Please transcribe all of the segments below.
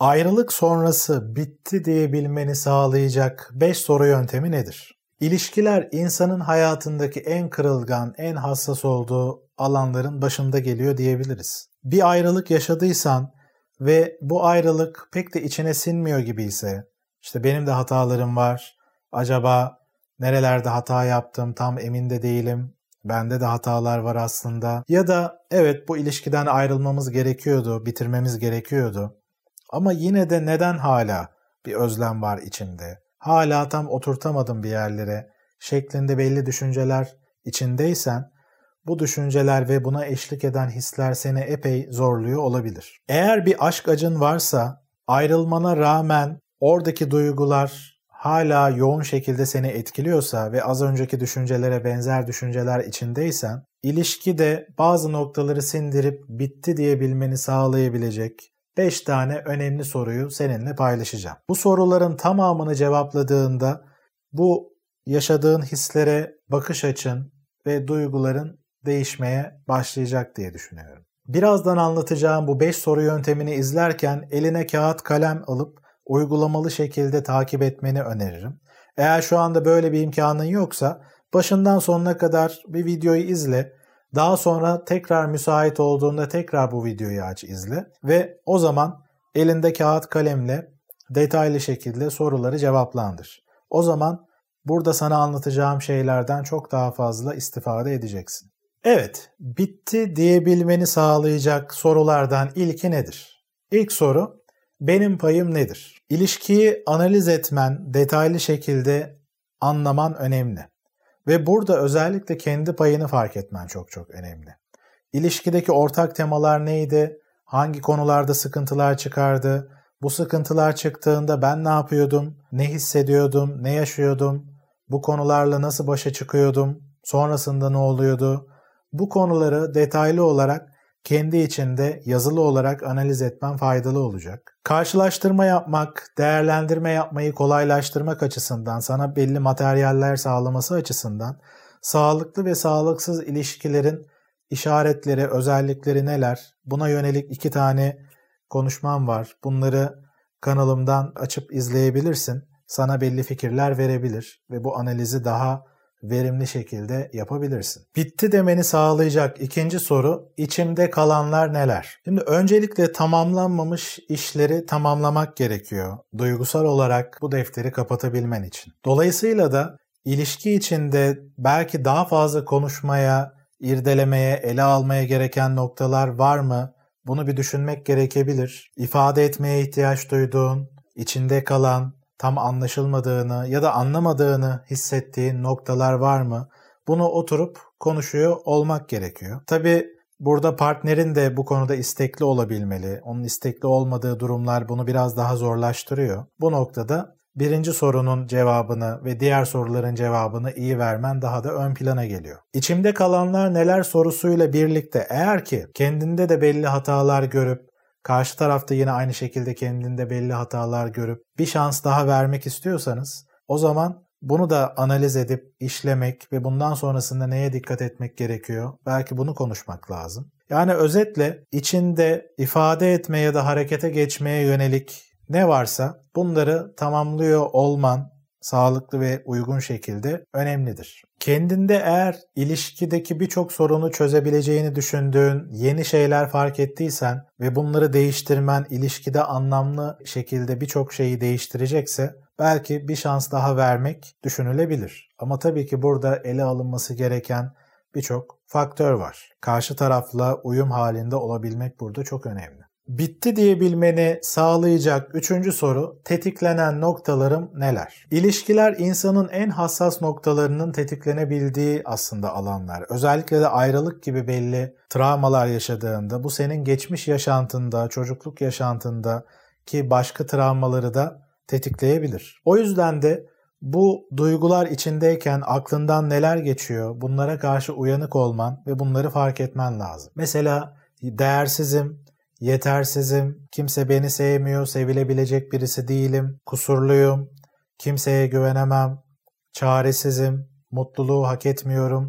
Ayrılık sonrası bitti diyebilmeni sağlayacak 5 soru yöntemi nedir? İlişkiler insanın hayatındaki en kırılgan, en hassas olduğu alanların başında geliyor diyebiliriz. Bir ayrılık yaşadıysan ve bu ayrılık pek de içine sinmiyor gibiyse, işte benim de hatalarım var, acaba nerelerde hata yaptım tam emin de değilim, bende de hatalar var aslında. Ya da evet bu ilişkiden ayrılmamız gerekiyordu, bitirmemiz gerekiyordu. Ama yine de neden hala bir özlem var içimde? Hala tam oturtamadım bir yerlere şeklinde belli düşünceler içindeysen, bu düşünceler ve buna eşlik eden hisler seni epey zorluyor olabilir. Eğer bir aşk acın varsa, ayrılmana rağmen oradaki duygular hala yoğun şekilde seni etkiliyorsa ve az önceki düşüncelere benzer düşünceler içindeysen, ilişkide bazı noktaları sindirip bitti diyebilmeni sağlayabilecek 5 tane önemli soruyu seninle paylaşacağım. Bu soruların tamamını cevapladığında bu yaşadığın hislere bakış açın ve duyguların değişmeye başlayacak diye düşünüyorum. Birazdan anlatacağım bu 5 soru yöntemini izlerken eline kağıt kalem alıp uygulamalı şekilde takip etmeni öneririm. Eğer şu anda böyle bir imkanın yoksa başından sonuna kadar bir videoyu izle. Daha sonra tekrar müsait olduğunda tekrar bu videoyu aç izle ve o zaman elinde kağıt kalemle detaylı şekilde soruları cevaplandır. O zaman burada sana anlatacağım şeylerden çok daha fazla istifade edeceksin. Evet, bitti diyebilmeni sağlayacak sorulardan ilki nedir? İlk soru, benim payım nedir? İlişkiyi analiz etmen, detaylı şekilde anlaman önemli. Ve burada özellikle kendi payını fark etmen çok çok önemli. İlişkideki ortak temalar neydi? Hangi konularda sıkıntılar çıkardı? Bu sıkıntılar çıktığında ben ne yapıyordum? Ne hissediyordum? Ne yaşıyordum? Bu konularla nasıl başa çıkıyordum? Sonrasında ne oluyordu? Bu konuları detaylı olarak kendi içinde yazılı olarak analiz etmen faydalı olacak. Karşılaştırma yapmak, değerlendirme yapmayı kolaylaştırmak açısından, sana belli materyaller sağlaması açısından sağlıklı ve sağlıksız ilişkilerin işaretleri, özellikleri neler? Buna yönelik 2 tane konuşmam var. Bunları kanalımdan açıp izleyebilirsin. Sana belli fikirler verebilir ve bu analizi daha verimli şekilde yapabilirsin. Bitti demeni sağlayacak ikinci soru, içimde kalanlar neler? Şimdi öncelikle tamamlanmamış işleri tamamlamak gerekiyor. Duygusal olarak bu defteri kapatabilmen için. Dolayısıyla da ilişki içinde belki daha fazla konuşmaya, irdelemeye, ele almaya gereken noktalar var mı? Bunu bir düşünmek gerekebilir. İfade etmeye ihtiyaç duyduğun, içinde kalan, tam anlaşılmadığını ya da anlamadığını hissettiğin noktalar var mı? Bunu oturup konuşuyor olmak gerekiyor. Tabii burada partnerin de bu konuda istekli olabilmeli. Onun istekli olmadığı durumlar bunu biraz daha zorlaştırıyor. Bu noktada birinci sorunun cevabını ve diğer soruların cevabını iyi vermen daha da ön plana geliyor. İçimde kalanlar neler sorusuyla birlikte eğer ki kendinde de belli hatalar görüp karşı tarafta yine aynı şekilde kendinde belli hatalar görüp bir şans daha vermek istiyorsanız o zaman bunu da analiz edip işlemek ve bundan sonrasında neye dikkat etmek gerekiyor? Belki bunu konuşmak lazım. Yani özetle içinde ifade etmeye ya da harekete geçmeye yönelik ne varsa bunları tamamlıyor olman sağlıklı ve uygun şekilde önemlidir. Kendinde eğer ilişkideki birçok sorunu çözebileceğini düşündüğün yeni şeyler fark ettiysen ve bunları değiştirmen ilişkide anlamlı şekilde birçok şeyi değiştirecekse belki bir şans daha vermek düşünülebilir. Ama tabii ki burada ele alınması gereken birçok faktör var. Karşı tarafla uyum halinde olabilmek burada çok önemli. Bitti diyebilmeni sağlayacak üçüncü soru, tetiklenen noktalarım neler? İlişkiler insanın en hassas noktalarının tetiklenebildiği aslında alanlar. Özellikle de ayrılık gibi belli travmalar yaşadığında bu senin geçmiş yaşantında, çocukluk yaşantında ki başka travmaları da tetikleyebilir. O yüzden de bu duygular içindeyken aklından neler geçiyor, bunlara karşı uyanık olman ve bunları fark etmen lazım. Mesela değersizim, yetersizim, kimse beni sevmiyor, sevilebilecek birisi değilim, kusurluyum, kimseye güvenemem, çaresizim, mutluluğu hak etmiyorum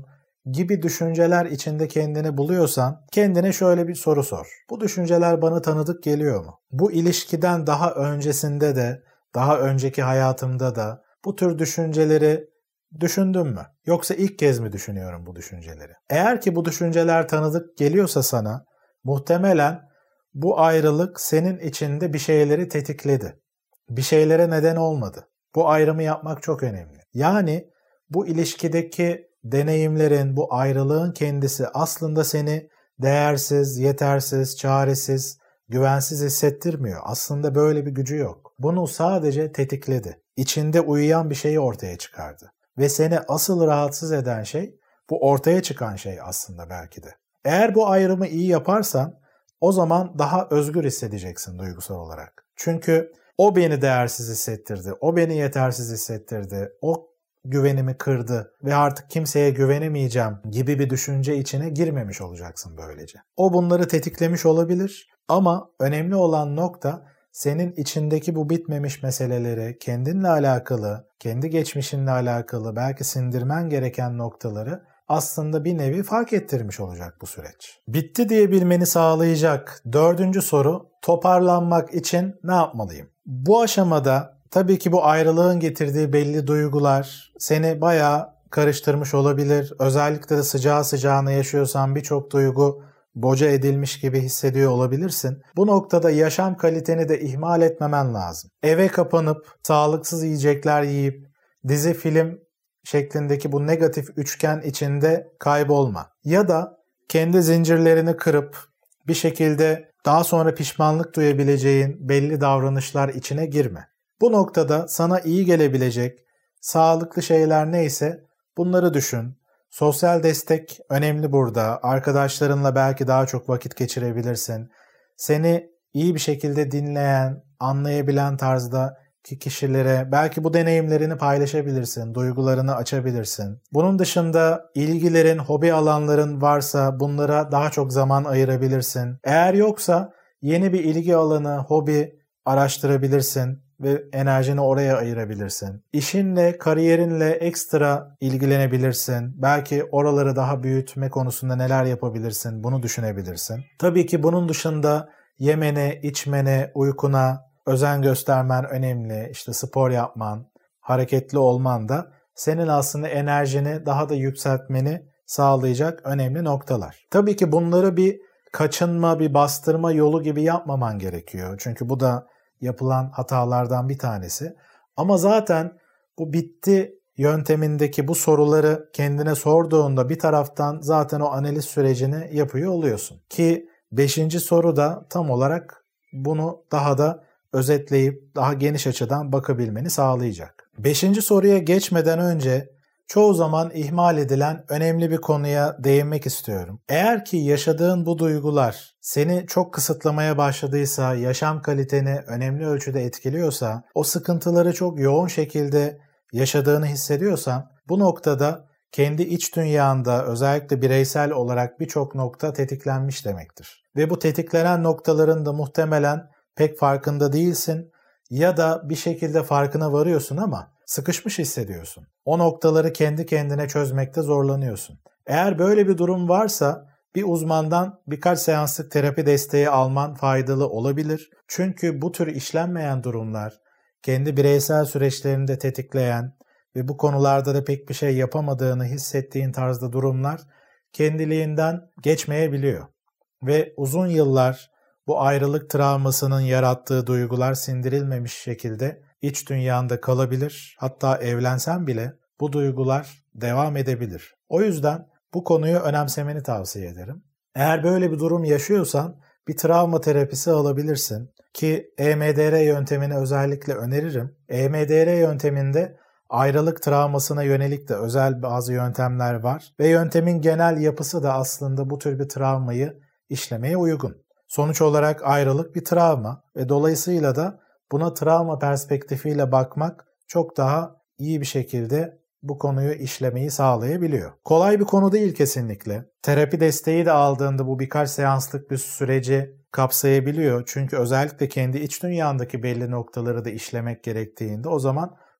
gibi düşünceler içinde kendini buluyorsan kendine şöyle bir soru sor. Bu düşünceler bana tanıdık geliyor mu? Bu ilişkiden daha öncesinde de, daha önceki hayatımda da bu tür düşünceleri düşündün mü? Yoksa ilk kez mi düşünüyorum bu düşünceleri? Eğer ki bu düşünceler tanıdık geliyorsa sana, muhtemelen bu ayrılık senin içinde bir şeyleri tetikledi. Bir şeylere neden olmadı. Bu ayrımı yapmak çok önemli. Yani bu ilişkideki deneyimlerin, bu ayrılığın kendisi aslında seni değersiz, yetersiz, çaresiz, güvensiz hissettirmiyor. Aslında böyle bir gücü yok. Bunu sadece tetikledi. İçinde uyuyan bir şeyi ortaya çıkardı. Ve seni asıl rahatsız eden şey bu ortaya çıkan şey aslında belki de. Eğer bu ayrımı iyi yaparsan o zaman daha özgür hissedeceksin duygusal olarak. Çünkü o beni değersiz hissettirdi, o beni yetersiz hissettirdi, o güvenimi kırdı ve artık kimseye güvenemeyeceğim gibi bir düşünce içine girmemiş olacaksın böylece. O bunları tetiklemiş olabilir ama önemli olan nokta senin içindeki bu bitmemiş meseleleri, kendinle alakalı, kendi geçmişinle alakalı belki sindirmen gereken noktaları aslında bir nevi fark ettirmiş olacak bu süreç. Bitti diyebilmeni sağlayacak 4. soru, toparlanmak için ne yapmalıyım? Bu aşamada tabii ki bu ayrılığın getirdiği belli duygular seni bayağı karıştırmış olabilir. Özellikle de sıcağı sıcağına yaşıyorsan birçok duygu boca edilmiş gibi hissediyor olabilirsin. Bu noktada yaşam kaliteni de ihmal etmemen lazım. Eve kapanıp sağlıksız yiyecekler yiyip dizi film şeklindeki bu negatif üçgen içinde kaybolma. Ya da kendi zincirlerini kırıp bir şekilde daha sonra pişmanlık duyabileceğin belli davranışlar içine girme. Bu noktada sana iyi gelebilecek sağlıklı şeyler neyse bunları düşün. Sosyal destek önemli burada. Arkadaşlarınla belki daha çok vakit geçirebilirsin. Seni iyi bir şekilde dinleyen, anlayabilen tarzdaki kişilere belki bu deneyimlerini paylaşabilirsin, duygularını açabilirsin. Bunun dışında ilgilerin, hobi alanların varsa bunlara daha çok zaman ayırabilirsin. Eğer yoksa yeni bir ilgi alanı, hobi araştırabilirsin ve enerjini oraya ayırabilirsin. İşinle, kariyerinle ekstra ilgilenebilirsin. Belki oraları daha büyütme konusunda neler yapabilirsin, bunu düşünebilirsin. Tabii ki bunun dışında yemene, içmene, uykuna özen göstermen önemli. İşte spor yapman, hareketli olman da senin aslında enerjini daha da yükseltmeni sağlayacak önemli noktalar. Tabii ki bunları bir kaçınma, bir bastırma yolu gibi yapmaman gerekiyor. Çünkü bu da yapılan hatalardan bir tanesi. Ama zaten bu bitti yöntemindeki bu soruları kendine sorduğunda bir taraftan zaten o analiz sürecini yapıyor oluyorsun. Ki 5. soru da tam olarak bunu daha da özetleyip daha geniş açıdan bakabilmeni sağlayacak. 5. soruya geçmeden önce çoğu zaman ihmal edilen önemli bir konuya değinmek istiyorum. Eğer ki yaşadığın bu duygular seni çok kısıtlamaya başladıysa, yaşam kaliteni önemli ölçüde etkiliyorsa, o sıkıntıları çok yoğun şekilde yaşadığını hissediyorsan, bu noktada kendi iç dünyanda özellikle bireysel olarak birçok nokta tetiklenmiş demektir. Ve bu tetiklenen noktaların da muhtemelen pek farkında değilsin ya da bir şekilde farkına varıyorsun ama sıkışmış hissediyorsun. O noktaları kendi kendine çözmekte zorlanıyorsun. Eğer böyle bir durum varsa bir uzmandan birkaç seanslık terapi desteği alman faydalı olabilir. Çünkü bu tür işlenmeyen durumlar kendi bireysel süreçlerini de tetikleyen ve bu konularda da pek bir şey yapamadığını hissettiğin tarzda durumlar kendiliğinden geçmeyebiliyor. Ve uzun yıllar bu ayrılık travmasının yarattığı duygular sindirilmemiş şekilde iç dünyanda kalabilir. Hatta evlensen bile bu duygular devam edebilir. O yüzden bu konuyu önemsemeni tavsiye ederim. Eğer böyle bir durum yaşıyorsan bir travma terapisi alabilirsin ki EMDR yöntemini özellikle öneririm. EMDR yönteminde ayrılık travmasına yönelik de özel bazı yöntemler var ve yöntemin genel yapısı da aslında bu tür bir travmayı işlemeye uygun. Sonuç olarak ayrılık bir travma ve dolayısıyla da buna travma perspektifiyle bakmak çok daha iyi bir şekilde bu konuyu işlemeyi sağlayabiliyor. Kolay bir konu değil kesinlikle. Terapi desteği de aldığında bu birkaç seanslık bir süreci kapsayabiliyor. Çünkü özellikle kendi iç dünyandaki belli noktaları da işlemek gerektiğinde o zaman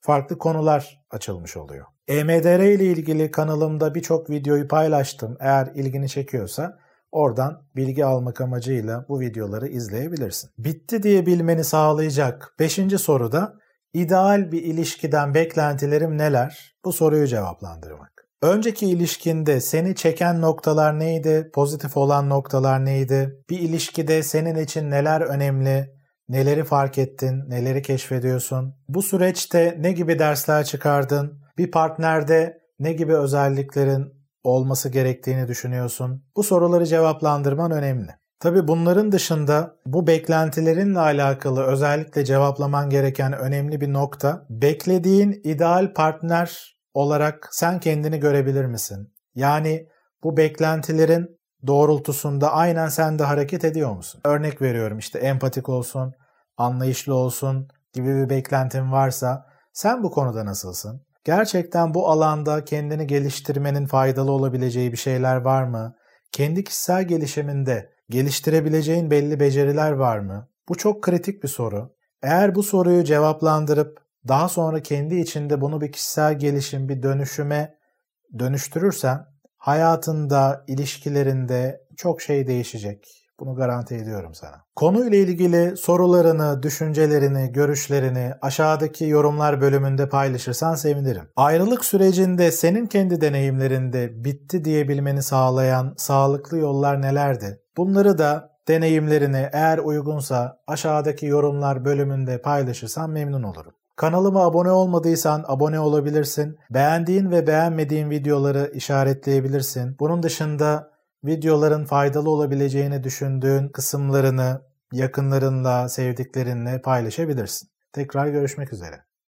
farklı konular açılmış oluyor. EMDR ile ilgili kanalımda birçok videoyu paylaştım. Eğer ilgini çekiyorsa oradan bilgi almak amacıyla bu videoları izleyebilirsin. Bitti diyebilmeni sağlayacak 5. soruda ideal bir ilişkiden beklentilerim neler? Bu soruyu cevaplandırmak. Önceki ilişkinde seni çeken noktalar neydi? Pozitif olan noktalar neydi? Bir ilişkide senin için neler önemli? Neleri fark ettin? Neleri keşfediyorsun? Bu süreçte ne gibi dersler çıkardın? Bir partnerde ne gibi özelliklerin olması gerektiğini düşünüyorsun? Bu soruları cevaplandırman önemli. Tabii bunların dışında bu beklentilerinle alakalı özellikle cevaplaman gereken önemli bir nokta, beklediğin ideal partner olarak sen kendini görebilir misin? Yani bu beklentilerin doğrultusunda aynen sen de hareket ediyor musun? Örnek veriyorum, işte empatik olsun, anlayışlı olsun gibi bir beklentin varsa sen bu konuda nasılsın? Gerçekten bu alanda kendini geliştirmenin faydalı olabileceği bir şeyler var mı? Kendi kişisel gelişiminde geliştirebileceğin belli beceriler var mı? Bu çok kritik bir soru. Eğer bu soruyu cevaplandırıp daha sonra kendi içinde bunu bir kişisel gelişim, bir dönüşüme dönüştürürsen hayatında, ilişkilerinde çok şey değişecek. Bunu garanti ediyorum sana. Konuyla ilgili sorularını, düşüncelerini, görüşlerini aşağıdaki yorumlar bölümünde paylaşırsan sevinirim. Ayrılık sürecinde senin kendi deneyimlerinde bitti diyebilmeni sağlayan sağlıklı yollar nelerdi? Bunları da deneyimlerini eğer uygunsa aşağıdaki yorumlar bölümünde paylaşırsan memnun olurum. Kanalıma abone olmadıysan abone olabilirsin. Beğendiğin ve beğenmediğin videoları işaretleyebilirsin. Bunun dışında videoların faydalı olabileceğini düşündüğün kısımlarını yakınlarınla, sevdiklerinle paylaşabilirsin. Tekrar görüşmek üzere.